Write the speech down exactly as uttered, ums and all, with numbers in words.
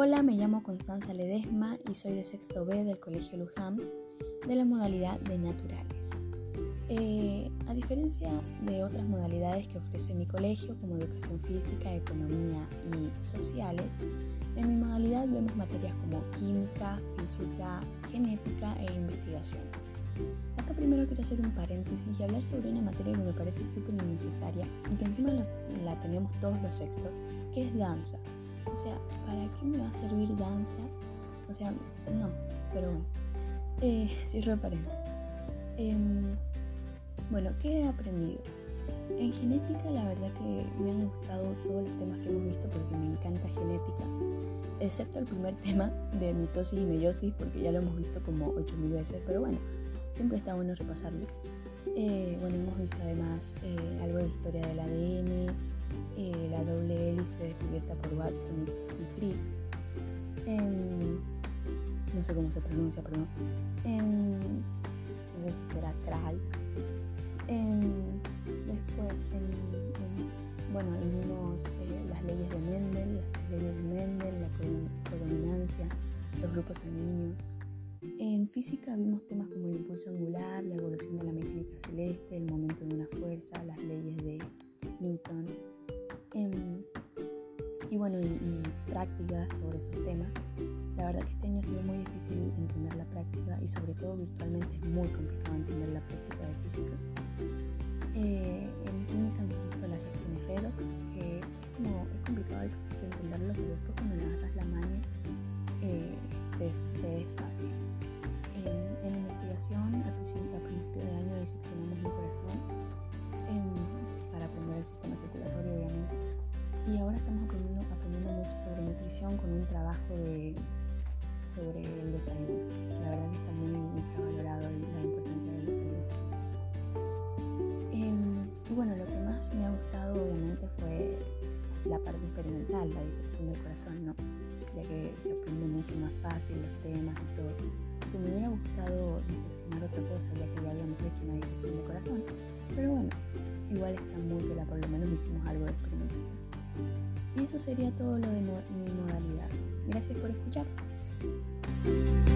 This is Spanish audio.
Hola, me llamo Constanza Ledesma y soy de sexto B del Colegio Luján de la modalidad de Naturales. Eh, a diferencia de otras modalidades que ofrece mi colegio como educación física, economía y sociales, en mi modalidad vemos materias como química, física, genética e investigación. Acá primero quiero hacer un paréntesis y hablar sobre una materia que me parece súper innecesaria y que encima lo, la tenemos todos los sextos, que es danza. O sea, ¿para qué me va a servir danza? O sea, no, pero bueno. Eh, cierro paréntesis. Eh, bueno, ¿qué he aprendido? En genética la verdad que me han gustado todos los temas que hemos visto porque me encanta genética, excepto el primer tema de mitosis y meiosis porque ya lo hemos visto como ocho mil veces, pero bueno, siempre está bueno repasarlo. Eh, bueno, hemos visto además eh, algo de historia del A D N, eh, la doble hélice descubierta por Watson y, y Crick. Eh, no sé cómo se pronuncia, perdón. Eh, no sé si será Craig. Eh, después, en, en, bueno, vimos eh, las leyes de Mendel, las leyes de Mendel, la codominancia, los grupos sanguíneos. En física vimos temas como el impulso angular, la evolución de la mecánica celeste, el momento de una fuerza, las leyes de Newton. Eh, y bueno, y, y prácticas sobre esos temas. La verdad que este año ha sido muy difícil entender la práctica y sobre todo virtualmente es muy complicado entender la práctica de física. Eh, en química hemos visto las reacciones redox, que es como es complicado al principio entenderlo, pero después cuando le agarras la mano eh, te, es, te es fácil. En, en investigación, al principio, a principio de año diseccionamos mi corazón eh, para aprender el sistema circulatorio, obviamente. Y ahora estamos aprendiendo, aprendiendo mucho sobre nutrición con un trabajo de, sobre el desayuno. La verdad que está muy infravalorado la importancia del desayuno. Eh, y bueno, lo que más me ha gustado obviamente fue la parte experimental, la disección del corazón, ¿no? Ya que se aprende mucho más fácil los temas y todo. Que me hubiera gustado diseccionar otra cosa, ya que ya habíamos hecho una disección de corazón. Pero bueno, igual está muy piola, por lo menos hicimos algo de experimentación. Y eso sería todo lo de mo- mi modalidad. Gracias por escuchar.